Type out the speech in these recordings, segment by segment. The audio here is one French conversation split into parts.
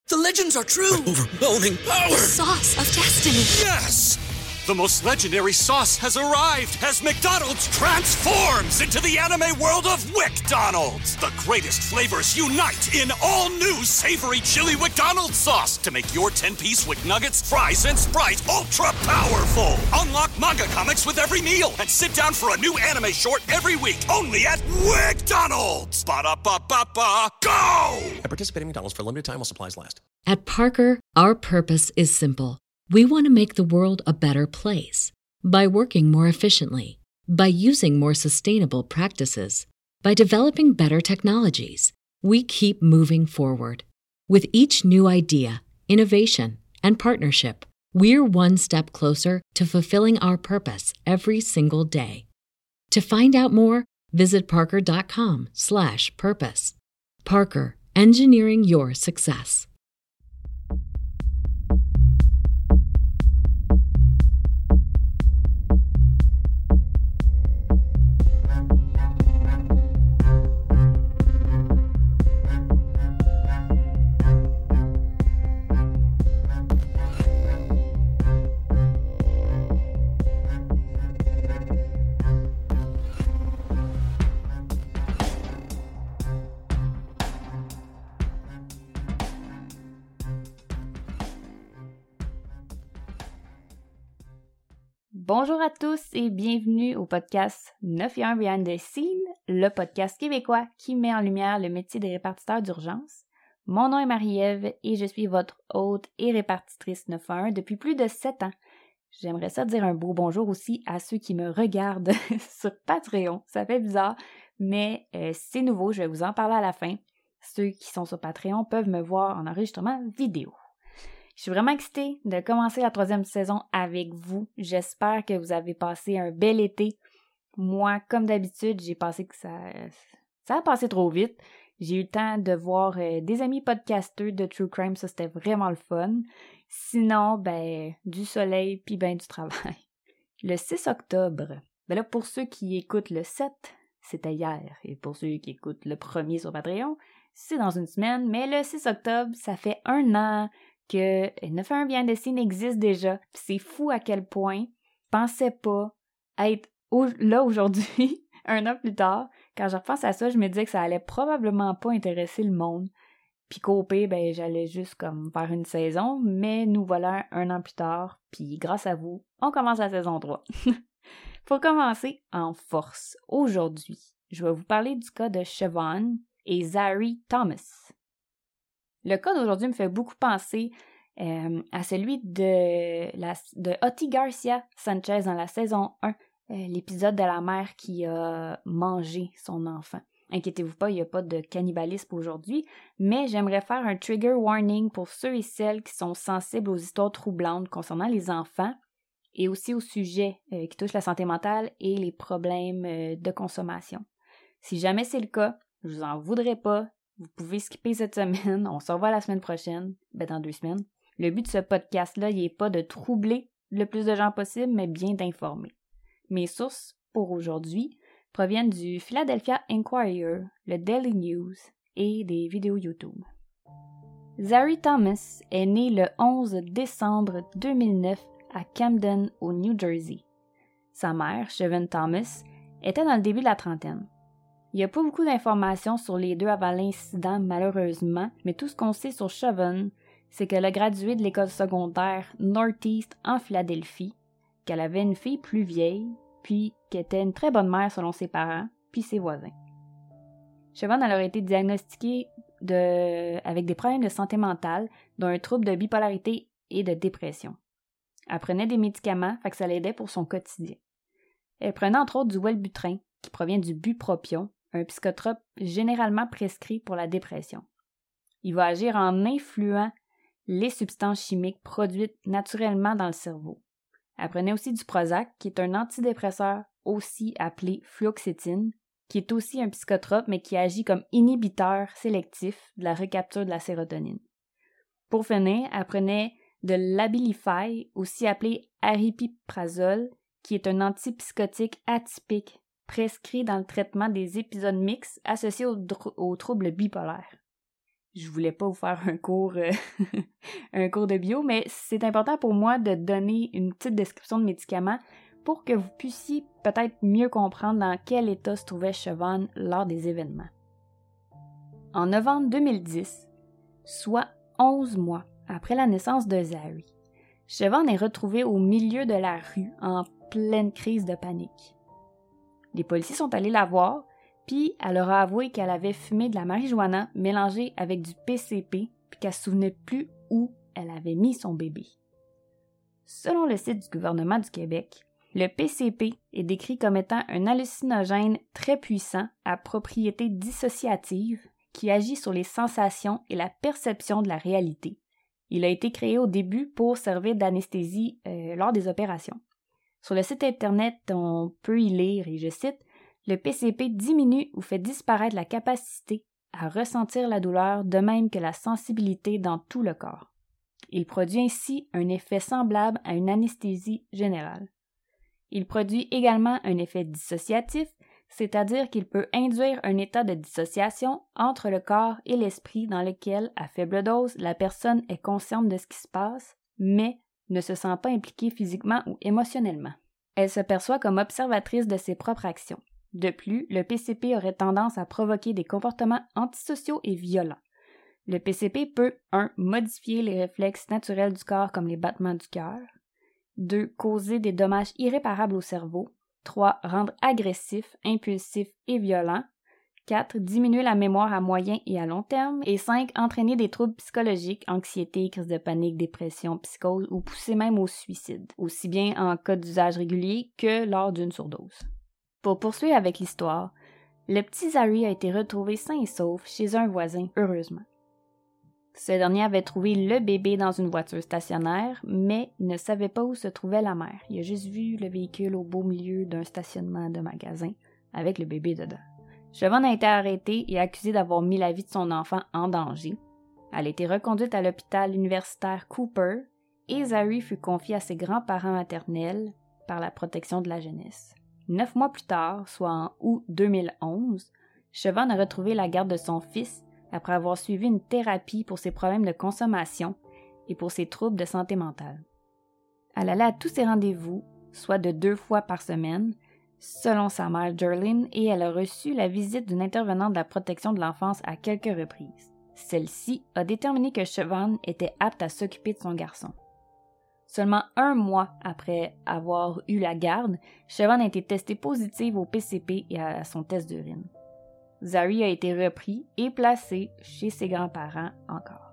The legends are true. Overwhelming power! Sauce of destiny. Yes! The most legendary sauce has arrived as McDonald's transforms into the anime world of WickDonald's. The greatest flavors unite in all new savory chili McDonald's sauce to make your 10-piece Wick Nuggets, fries, and Sprite ultra-powerful. Unlock manga comics with every meal and sit down for a new anime short every week only at WickDonald's. Ba-da-ba-ba-ba, go! At participating McDonald's for a limited time while supplies last. At Parker, our purpose is simple. We want to make the world a better place by working more efficiently, by using more sustainable practices, by developing better technologies. We keep moving forward. With each new idea, innovation, and partnership, we're one step closer to fulfilling our purpose every single day. To find out more, visit parker.com/purpose. Parker, engineering your success. Bonjour à tous et bienvenue au podcast 9 et 1 Behind the Scene, le podcast québécois qui met en lumière le métier des répartiteurs d'urgence. Mon nom est Marie-Ève et je suis votre hôte et répartitrice 911 depuis plus de 7 ans. J'aimerais ça dire un beau bonjour aussi à ceux qui me regardent sur Patreon. Ça fait bizarre, mais c'est nouveau, je vais vous en parler à la fin. Ceux qui sont sur Patreon peuvent me voir en enregistrement vidéo. Je suis vraiment excitée de commencer la 3e saison avec vous. J'espère que vous avez passé un bel été. Moi, comme d'habitude, j'ai pensé que ça a passé trop vite. J'ai eu le temps de voir des amis podcasteurs de True Crime, ça c'était vraiment le fun. Sinon, du soleil puis du travail. Le 6 octobre, là pour ceux qui écoutent le 7, c'était hier. Et pour ceux qui écoutent le 1er sur Patreon, c'est dans une semaine. Mais le 6 octobre, ça fait 1 an que 911 Behind the Scene existe déjà. C'est fou à quel point je pensais pas être là aujourd'hui, 1 an plus tard. Quand je repense à ça, je me disais que ça allait probablement pas intéresser le monde. Puis qu'au pire, j'allais juste comme faire une saison, mais nous voilà 1 an plus tard, puis grâce à vous, on commence la saison 3. Pour commencer en force, aujourd'hui, je vais vous parler du cas de Siobhan et Zari Thomas. Le cas d'aujourd'hui me fait beaucoup penser à celui de Oti Garcia Sanchez dans la saison 1, l'épisode de la mère qui a mangé son enfant. Inquiétez-vous pas, il n'y a pas de cannibalisme aujourd'hui, mais j'aimerais faire un trigger warning pour ceux et celles qui sont sensibles aux histoires troublantes concernant les enfants et aussi aux sujets qui touchent la santé mentale et les problèmes de consommation. Si jamais c'est le cas, je vous en voudrais pas. Vous pouvez skipper cette semaine, on se revoit la semaine prochaine, dans 2 semaines. Le but de ce podcast-là, il n'est pas de troubler le plus de gens possible, mais bien d'informer. Mes sources pour aujourd'hui proviennent du Philadelphia Inquirer, le Daily News et des vidéos YouTube. Zari Thomas est née le 11 décembre 2009 à Camden, au New Jersey. Sa mère, Siobhan Thomas, était dans le début de la trentaine. Il n'y a pas beaucoup d'informations sur les deux avant l'incident, malheureusement, mais tout ce qu'on sait sur Siobhan, c'est qu'elle a gradué de l'école secondaire Northeast en Philadelphie, qu'elle avait une fille plus vieille, puis qu'elle était une très bonne mère selon ses parents, puis ses voisins. Siobhan elle aurait été diagnostiquée avec des problèmes de santé mentale, dont un trouble de bipolarité et de dépression. Elle prenait des médicaments, fait que ça l'aidait pour son quotidien. Elle prenait entre autres du Wellbutrin, qui provient du bupropion, un psychotrope généralement prescrit pour la dépression. Il va agir en influant les substances chimiques produites naturellement dans le cerveau. Elle prenait aussi du Prozac, qui est un antidépresseur aussi appelé fluoxétine, qui est aussi un psychotrope, mais qui agit comme inhibiteur sélectif de la recapture de la sérotonine. Pour finir, elle prenait de l'Abilify, aussi appelé aripiprazole, qui est un antipsychotique atypique prescrit dans le traitement des épisodes mixtes associés aux troubles bipolaires. Je voulais pas vous faire un cours de bio, mais c'est important pour moi de donner une petite description de médicaments pour que vous puissiez peut-être mieux comprendre dans quel état se trouvait Siobhan lors des événements. En novembre 2010, soit 11 mois après la naissance de Zari, Siobhan est retrouvée au milieu de la rue en pleine crise de panique. Les policiers sont allés la voir, puis elle leur a avoué qu'elle avait fumé de la marijuana mélangée avec du PCP, puis qu'elle ne se souvenait plus où elle avait mis son bébé. Selon le site du gouvernement du Québec, le PCP est décrit comme étant un hallucinogène très puissant à propriété dissociative qui agit sur les sensations et la perception de la réalité. Il a été créé au début pour servir d'anesthésie lors des opérations. Sur le site Internet, on peut y lire, et je cite, « Le PCP diminue ou fait disparaître la capacité à ressentir la douleur de même que la sensibilité dans tout le corps. Il produit ainsi un effet semblable à une anesthésie générale. Il produit également un effet dissociatif, c'est-à-dire qu'il peut induire un état de dissociation entre le corps et l'esprit dans lequel, à faible dose, la personne est consciente de ce qui se passe, mais ne se sent pas impliquée physiquement ou émotionnellement. Elle se perçoit comme observatrice de ses propres actions. De plus, le PCP aurait tendance à provoquer des comportements antisociaux et violents. Le PCP peut 1. Modifier les réflexes naturels du corps comme les battements du cœur. 2. Causer des dommages irréparables au cerveau. 3. Rendre agressif, impulsif et violent. 4. Diminuer la mémoire à moyen et à long terme. Et 5. Entraîner des troubles psychologiques, anxiété, crise de panique, dépression, psychose ou pousser même au suicide, aussi bien en cas d'usage régulier que lors d'une surdose. Pour poursuivre avec l'histoire, le petit Zari a été retrouvé sain et sauf chez un voisin, heureusement. Ce dernier avait trouvé le bébé dans une voiture stationnaire, mais il ne savait pas où se trouvait la mère. Il a juste vu le véhicule au beau milieu d'un stationnement de magasin, avec le bébé dedans. Siobhan a été arrêtée et accusée d'avoir mis la vie de son enfant en danger. Elle a été reconduite à l'hôpital universitaire Cooper et Zari fut confiée à ses grands-parents maternels par la protection de la jeunesse. 9 mois plus tard, soit en août 2011, Siobhan a retrouvé la garde de son fils après avoir suivi une thérapie pour ses problèmes de consommation et pour ses troubles de santé mentale. Elle allait à tous ses rendez-vous, soit de 2 fois par semaine, selon sa mère Jerlyn, et elle a reçu la visite d'une intervenante de la protection de l'enfance à quelques reprises. Celle-ci a déterminé que Siobhan était apte à s'occuper de son garçon. Seulement 1 mois après avoir eu la garde, Siobhan a été testée positive au PCP et à son test d'urine. Zari a été repris et placé chez ses grands-parents encore.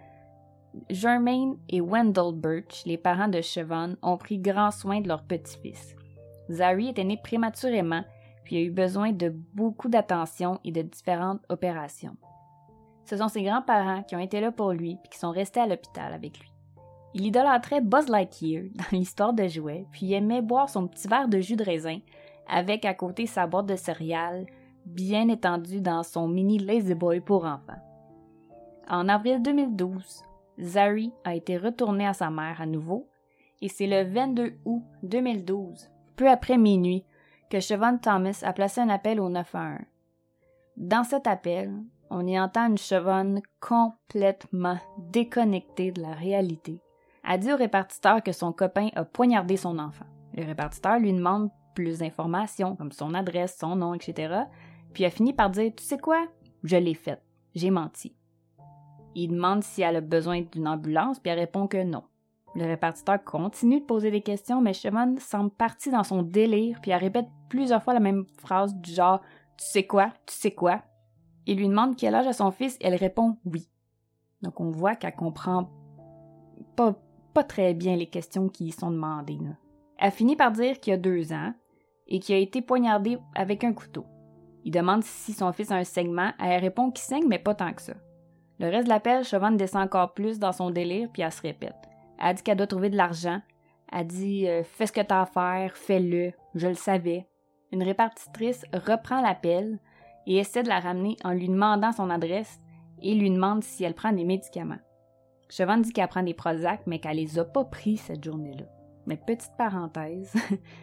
Jermaine et Wendell Birch, les parents de Siobhan, ont pris grand soin de leur petit-fils. Zari était né prématurément, puis a eu besoin de beaucoup d'attention et de différentes opérations. Ce sont ses grands-parents qui ont été là pour lui et qui sont restés à l'hôpital avec lui. Il idolâtrait Buzz Lightyear dans l'histoire de jouets, puis il aimait boire son petit verre de jus de raisin, avec à côté sa boîte de céréales, bien étendue dans son mini Lazy Boy pour enfants. En avril 2012, Zari a été retourné à sa mère à nouveau, et c'est le 22 août 2012, peu après minuit, que Siobhan Thomas a placé un appel au 911. Dans cet appel, on y entend une Siobhan complètement déconnectée de la réalité. Elle dit au répartiteur que son copain a poignardé son enfant. Le répartiteur lui demande plus d'informations, comme son adresse, son nom, etc. Puis elle finit par dire « Tu sais quoi? Je l'ai faite. J'ai menti. » Il demande si elle a besoin d'une ambulance, puis elle répond que non. Le répartiteur continue de poser des questions, mais Siobhan semble partie dans son délire, puis elle répète plusieurs fois la même phrase du genre « Tu sais quoi? Tu sais quoi? » Il lui demande quel âge a son fils, et elle répond « oui ». Donc on voit qu'elle comprend pas très bien les questions qui y sont demandées, là. Elle finit par dire qu'il a 2 ans et qu'il a été poignardé avec un couteau. Il demande si son fils a un saignement, elle répond qu'il saigne, mais pas tant que ça. Le reste de l'appel, Siobhan descend encore plus dans son délire, puis elle se répète. Elle dit qu'elle doit trouver de l'argent. Elle dit « Fais ce que t'as à faire, fais-le, je le savais ». Une répartitrice reprend l'appel et essaie de la ramener en lui demandant son adresse et lui demande si elle prend des médicaments. Siobhan dit qu'elle prend des Prozac, mais qu'elle les a pas pris cette journée-là. Mais petite parenthèse,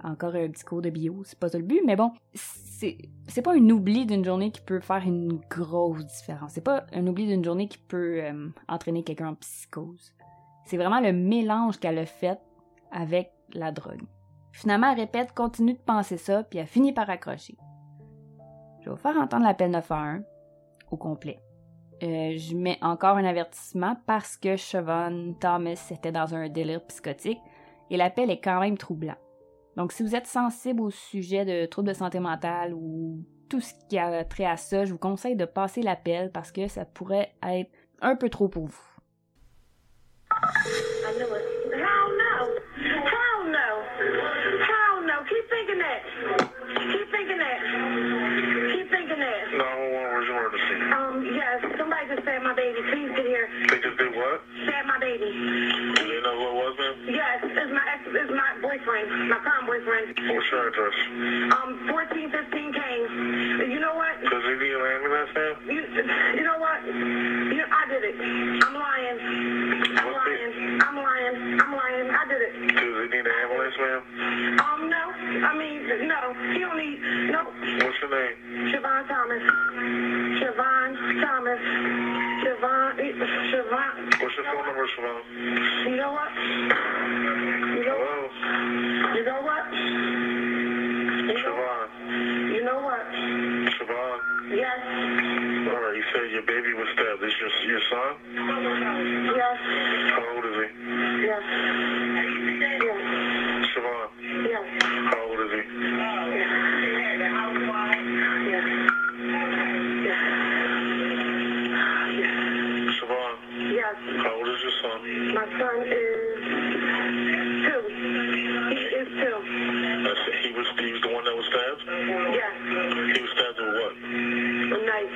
encore un petit cours de bio, c'est pas ça le but, mais bon, c'est pas un oubli d'une journée qui peut faire une grosse différence. C'est pas un oubli d'une journée qui peut entraîner quelqu'un en psychose. C'est vraiment le mélange qu'elle a fait avec la drogue. Finalement, elle répète, continue de penser ça, puis elle finit par accrocher. Je vais vous faire entendre l'appel 911 au complet. Je mets encore un avertissement parce que Siobhan Thomas était dans un délire psychotique et l'appel est quand même troublant. Donc, si vous êtes sensible au sujet de troubles de santé mentale ou tout ce qui a trait à ça, je vous conseille de passer l'appel parce que ça pourrait être un peu trop pour vous. I knew it. Hell no. Hell no. Hell no. Keep thinking that. Keep thinking that. Keep thinking that. 911, where's your emergency? Yes. Somebody just stabbed my baby. Please get here. They just did what? Stabbed my baby. Do you know who it was, ma'am? Yes. It's my boyfriend. My current boyfriend. What's your address? 1415 Kane. You know what? Does he need an ambulance, ma'am? You know what? I did it. I'm lying. I'm lying. I did it. Does he need an ambulance, ma'am? No. I mean, no. He don't need, no. What's your name? Siobhan Thomas. Siobhan. What's your phone number, Siobhan? You know what? Hello? You know what? Siobhan? You know what? Siobhan? Yes. All right, you said your baby was stabbed. Is your son? Yes. How old is he? Yes. Yes. Siobhan? Yes. How old is he? Siobhan? Yes. How old is your son? My son is 2. He is 2. He was the one that was stabbed? Yes. He was stabbed with what? A knife.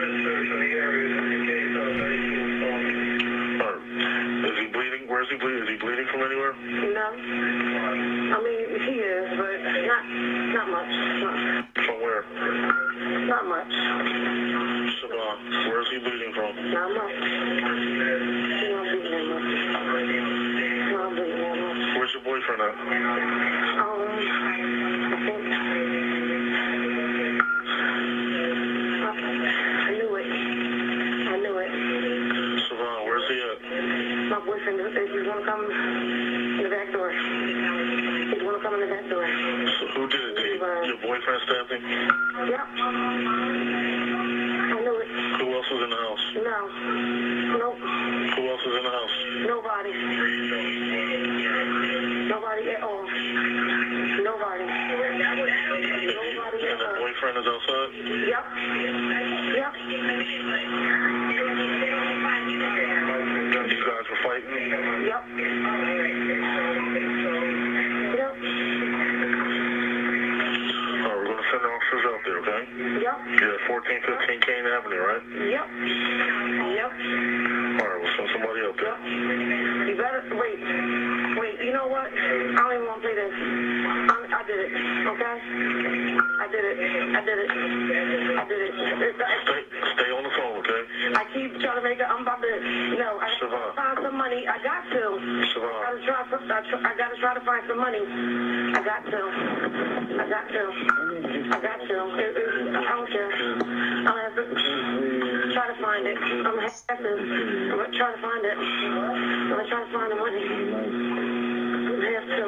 Is he bleeding? Where is he bleeding? Is he bleeding from anywhere? No. I mean, he is, but not much. From where? Not much. Siobhan, where is he bleeding from? Not much. He not bleeding that much. Not bleeding that much. Where's your boyfriend at? I think... I knew it. Siobhan, where's he at? My boyfriend says he's gonna come in the back door. He's gonna come in the back door. So who did it? Your boyfriend stabbed him? Yep. I knew it. Who else was in the house? No. Nope. Who else was in the house? Nobody. Nobody at all. Nobody. And the boyfriend is outside? Yep. You guys were fighting? Yep. Alright, we're gonna send officers out there, okay? Yep. You're at 1415 Kane Avenue, right? Yep. Alright, we'll send somebody out there. You better wait. You know what? I don't even want to play this. I did it. Okay? I did it. Stay on the phone, okay? I keep trying to make it. I'm about to. No, I gotta Siobhan. find some money. I got to. Siobhan. I gotta try to find some money. I got to. I don't care. I'm gonna have to try to find it. I'm gonna try to find it. I'm gonna try to find the money. I'm gonna have to.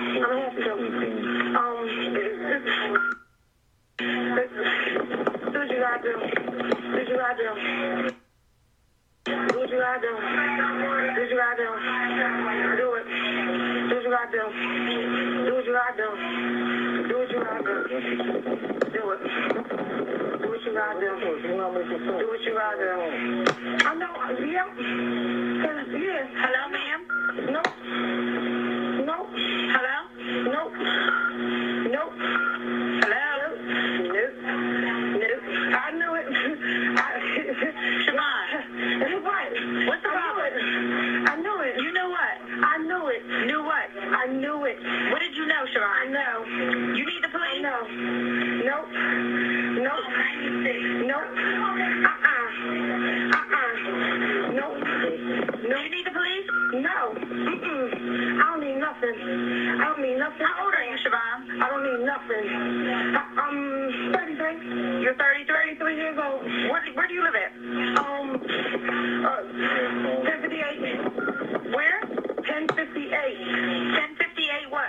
Do what you gotta do. Do what you gotta do. Do what you gotta do. Do what you gotta do. Do it. Do what you gotta do. Do what you gotta do. Do what you gotta do. Do it. Do what you gotta do. Do what you gotta do. I know. Yeah. Yeah. Hello, ma'am. Nope. Nope. Hello. Nope. Nope. Hello. Nope. Nope. I knew it. Siobhan. What's the problem? I knew it. You know what? I knew it. Knew what? I knew it. What did you know, Siobhan? I know. You need the police? No. Nope. Nope. Nope. Nope. Nope. You need the police? No. I don't need nothing. I don't need nothing. How old are you, Siobhan? I don't need nothing. I'm 33. You're 33? 33 years old. Where do you live at? 1058. Where? 1058. 1058 what?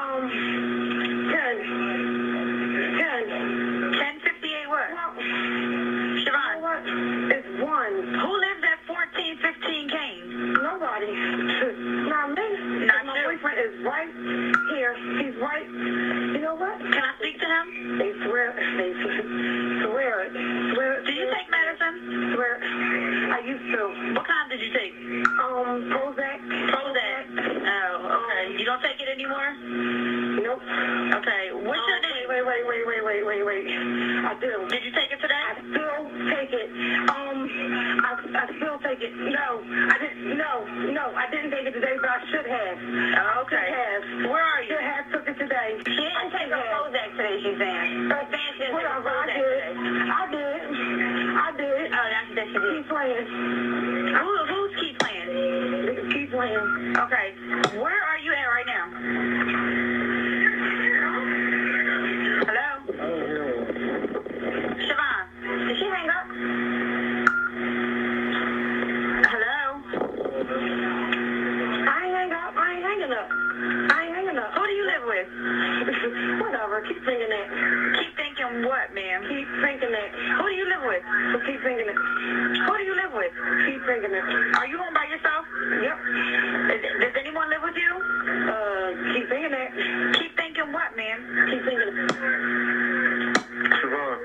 1058 what? Well, Siobhan, what? It's one. who lives at 1415 Kane? Nobody. Not me. Not my you. boyfriend is right here. He's right. You know what? Can I speak to him? They swear. They swear it. Swear it. Do you take medicine? Swear it. I used to. What kind did you take? Prozac. Prozac. Oh, okay. You don't take it anymore? Nope. Okay. What's your name? Wait. I do. Did you take it today? I still take it. I still take it. No, I didn't. No, I didn't take it today, but I should have. Okay. I should have. Where are you? Should have took it today. She didn't take a Prozac today, she's saying. Whatever, I did. Oh, that's what she did. Keep playing. Who's keep playing? Keep playing. Okay. Where are you at right now? Hello? Siobhan, did she hang up? Hello? I ain't hanging up. Who do you live with? Whatever. Keep thinking that. Keep thinking what, ma'am? Keep thinking that. Who do you live with? Keep thinking it. Who do you live with? Keep thinking it. Are you home by yourself? Yep. Does anyone live with you? Keep thinking that. Keep thinking what, ma'am? Keep thinking it. Siobhan.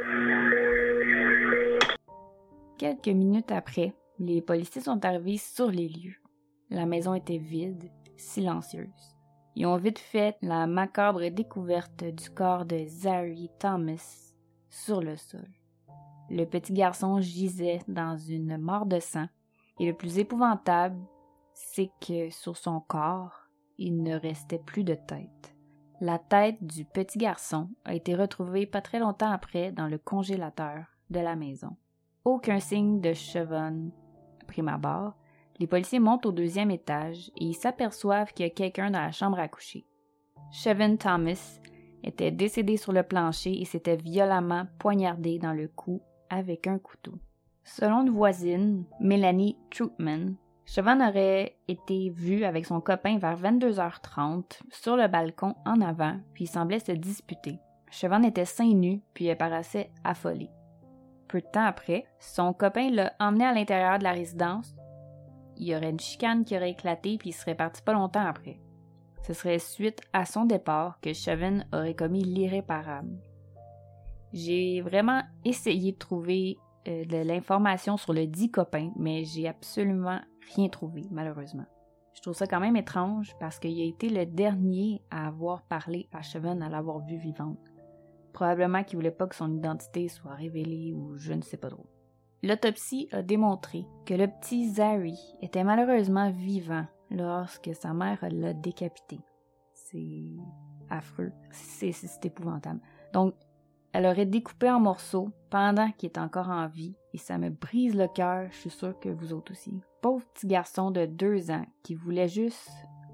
Quelques minutes après, les policiers sont arrivés sur les lieux. La maison était vide, silencieuse. Ils ont vite fait la macabre découverte du corps de Zachary Thomas sur le sol. Le petit garçon gisait dans une mare de sang, et le plus épouvantable, c'est que sur son corps, il ne restait plus de tête. La tête du petit garçon a été retrouvée pas très longtemps après dans le congélateur de la maison. Aucun signe de Siobhan à prime abord. Les policiers montent au 2e étage et ils s'aperçoivent qu'il y a quelqu'un dans la chambre à coucher. Siobhan Thomas était décédé sur le plancher et s'était violemment poignardé dans le cou avec un couteau. Selon une voisine, Melanie Troutman, Siobhan aurait été vue avec son copain vers 22h30 sur le balcon en avant, puis ils semblaient se disputer. Siobhan était seins nus, puis elle paraissait affolée. Peu de temps après, son copain l'a emmené à l'intérieur de la résidence. Il y aurait une chicane qui aurait éclaté, puis il serait parti pas longtemps après. Ce serait suite à son départ que Siobhan aurait commis l'irréparable. J'ai vraiment essayé de trouver de l'information sur le dit copain, mais j'ai absolument rien trouvé, malheureusement. Je trouve ça quand même étrange parce qu'il a été le dernier à avoir parlé à Siobhan, à l'avoir vue vivante. Probablement qu'il voulait pas que son identité soit révélée ou je ne sais pas trop. L'autopsie a démontré que le petit Zachary était malheureusement vivant lorsque sa mère l'a décapité. C'est affreux, c'est épouvantable. Donc, elle aurait découpé en morceaux pendant qu'il était encore en vie et ça me brise le cœur, je suis sûre que vous autres aussi. Pauvre petit garçon de 2 ans qui voulait juste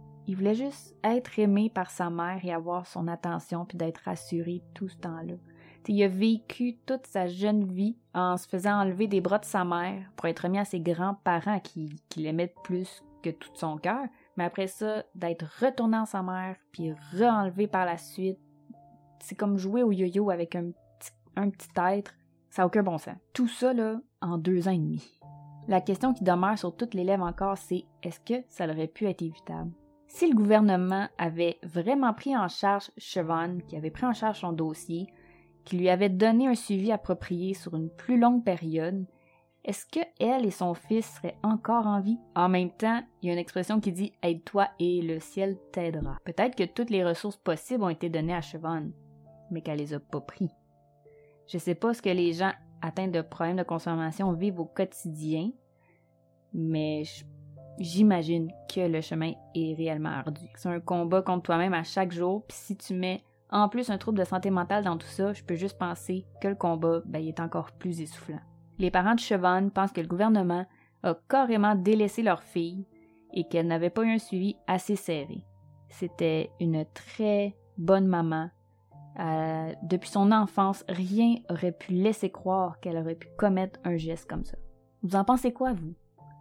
être aimé par sa mère et avoir son attention puis d'être rassuré tout ce temps-là. Il a vécu toute sa jeune vie en se faisant enlever des bras de sa mère pour être remis à ses grands-parents qui l'aimaient plus que tout son cœur. Mais après ça, d'être retourné en sa mère puis re-enlevé par la suite, c'est comme jouer au yo-yo avec un petit être. Ça n'a aucun bon sens. Tout ça, là, en 2 ans et demi. La question qui demeure sur toutes les lèvres encore, c'est est-ce que ça aurait pu être évitable? Si le gouvernement avait vraiment pris en charge Siobhan, qui avait pris en charge son dossier, qui lui avait donné un suivi approprié sur une plus longue période, est-ce que elle et son fils seraient encore en vie? En même temps, il y a une expression qui dit « aide-toi et le ciel t'aidera ». Peut-être que toutes les ressources possibles ont été données à Siobhan, mais qu'elle les a pas pris. Je sais pas ce que les gens atteints de problèmes de consommation vivent au quotidien, mais j'imagine que le chemin est réellement ardu. C'est un combat contre toi-même à chaque jour, puis si tu mets en plus un trouble de santé mentale dans tout ça, je peux juste penser que le combat, il est encore plus essoufflant. Les parents de Siobhan pensent que le gouvernement a carrément délaissé leur fille et qu'elle n'avait pas eu un suivi assez serré. C'était une très bonne maman. Depuis son enfance, rien aurait pu laisser croire qu'elle aurait pu commettre un geste comme ça. Vous en pensez quoi, vous?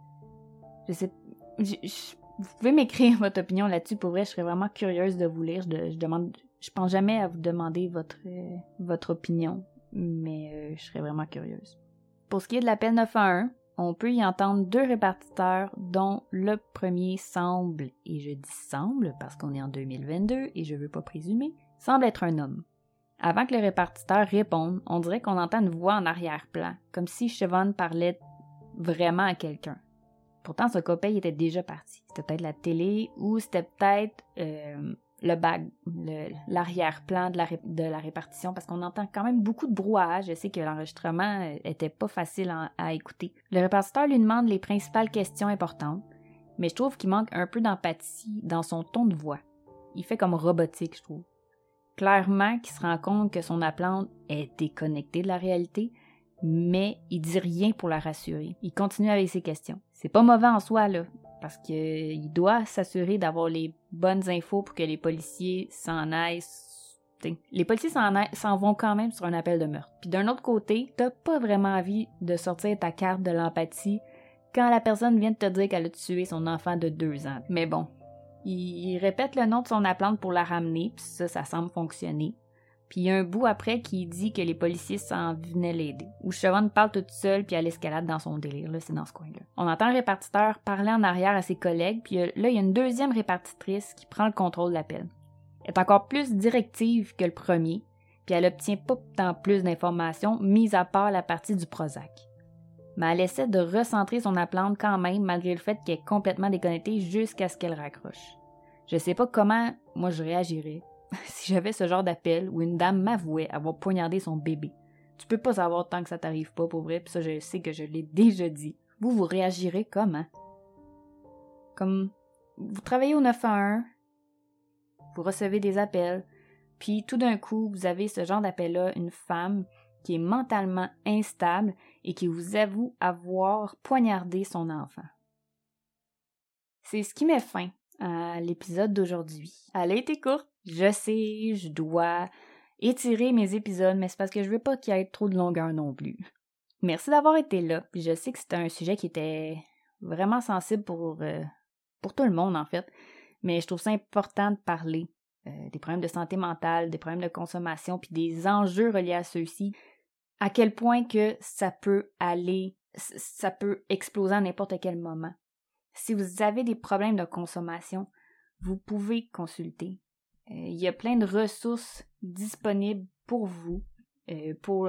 Vous pouvez m'écrire votre opinion là-dessus. Pour vrai, je serais vraiment curieuse de vous lire. Je pense jamais à vous demander votre opinion, mais je serais vraiment curieuse. Pour ce qui est de l'appel 911, on peut y entendre 2 répartiteurs, dont le premier semble, et je dis semble parce qu'on est en 2022 et je veux pas présumer, semble être un homme. Avant que le répartiteur réponde, on dirait qu'on entend une voix en arrière-plan, comme si Siobhan parlait vraiment à quelqu'un. Pourtant, ce copain était déjà parti. C'était peut-être la télé ou c'était peut-être l'arrière-plan de la répartition parce qu'on entend quand même beaucoup de brouhaha. Je sais que l'enregistrement était pas facile à écouter. Le répartiteur lui demande les principales questions importantes, mais je trouve qu'il manque un peu d'empathie dans son ton de voix. Il fait comme robotique, je trouve. Clairement qu'il se rend compte que son appelante est déconnectée de la réalité, mais il dit rien pour la rassurer. Il continue avec ses questions. C'est pas mauvais en soi, là, parce qu'il doit s'assurer d'avoir les bonnes infos pour que les policiers s'en aillent. Les policiers s'en vont quand même sur un appel de meurtre. Puis d'un autre côté, t'as pas vraiment envie de sortir ta carte de l'empathie quand la personne vient de te dire qu'elle a tué son enfant de 2 ans. Mais bon, il répète le nom de son appelante pour la ramener, puis ça semble fonctionner. Puis il y a un bout après qui dit que les policiers s'en venaient l'aider. Où Siobhan parle toute seule puis elle escalade dans son délire, là, c'est dans ce coin-là. On entend le répartiteur parler en arrière à ses collègues, puis là, il y a une deuxième répartitrice qui prend le contrôle de l'appel. Elle est encore plus directive que le premier, puis elle obtient pas tant plus d'informations, mis à part la partie du Prozac. Mais elle essaie de recentrer son appelante quand même, malgré le fait qu'elle est complètement déconnectée jusqu'à ce qu'elle raccroche. Je sais pas comment moi je réagirais si j'avais ce genre d'appel où une dame m'avouait avoir poignardé son bébé. Tu peux pas savoir tant que ça t'arrive pas, pour vrai, pis ça je sais que je l'ai déjà dit. Vous réagirez comment? Comme, vous travaillez au 911, vous recevez des appels, puis tout d'un coup, vous avez ce genre d'appel-là, une femme qui est mentalement instable et qui vous avoue avoir poignardé son enfant. C'est ce qui met fin à l'épisode d'aujourd'hui. Elle a été courte, je sais, je dois étirer mes épisodes, mais c'est parce que je veux pas qu'il y ait trop de longueur non plus. Merci d'avoir été là, puis je sais que c'était un sujet qui était vraiment sensible pour tout le monde en fait, mais je trouve ça important de parler des problèmes de santé mentale, des problèmes de consommation, puis des enjeux reliés à ceux-ci, à quel point que ça peut exploser à n'importe quel moment. Si vous avez des problèmes de consommation, vous pouvez consulter. Il y a plein de ressources disponibles pour vous, pour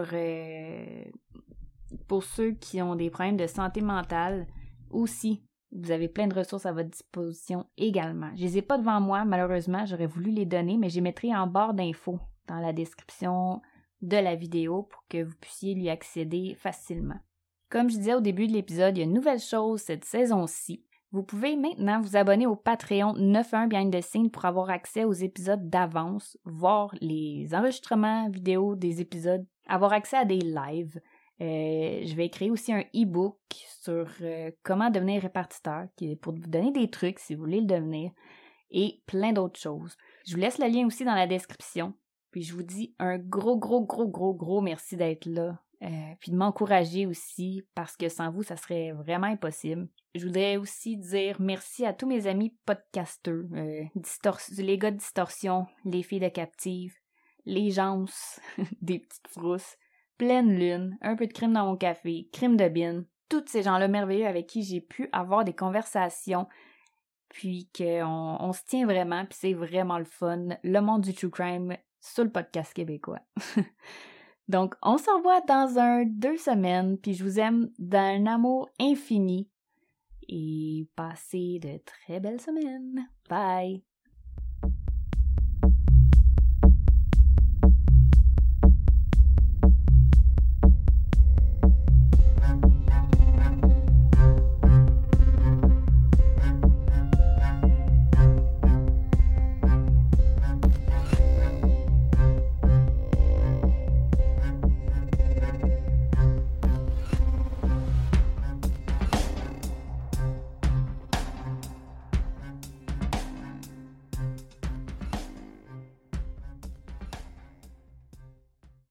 ceux qui ont des problèmes de santé mentale aussi. Vous avez plein de ressources à votre disposition également. Je les ai pas devant moi, malheureusement, j'aurais voulu les donner, mais je les mettrai en barre d'infos dans la description de la vidéo pour que vous puissiez lui accéder facilement. Comme je disais au début de l'épisode, il y a une nouvelle chose cette saison-ci. Vous pouvez maintenant vous abonner au Patreon 911 Behind the Scene pour avoir accès aux épisodes d'avance, voir les enregistrements vidéo des épisodes, avoir accès à des lives. Je vais créer aussi un e-book sur comment devenir répartiteur, qui est pour vous donner des trucs si vous voulez le devenir, et plein d'autres choses. Je vous laisse le lien aussi dans la description. Puis je vous dis un gros merci d'être là. Puis de m'encourager aussi, parce que sans vous, ça serait vraiment impossible. Je voudrais aussi dire merci à tous mes amis podcasteurs, les gars de Distorsion, les filles de Captive, les gens des petites frousses, Pleine Lune, Un peu de crime dans mon café, Crime de Bin, tous ces gens-là merveilleux avec qui j'ai pu avoir des conversations, puis qu'on se tient vraiment, puis c'est vraiment le fun, le monde du true crime sur le podcast québécois. Donc, on se revoit dans 2 semaines, puis je vous aime d'un amour infini. Et passez de très belles semaines. Bye!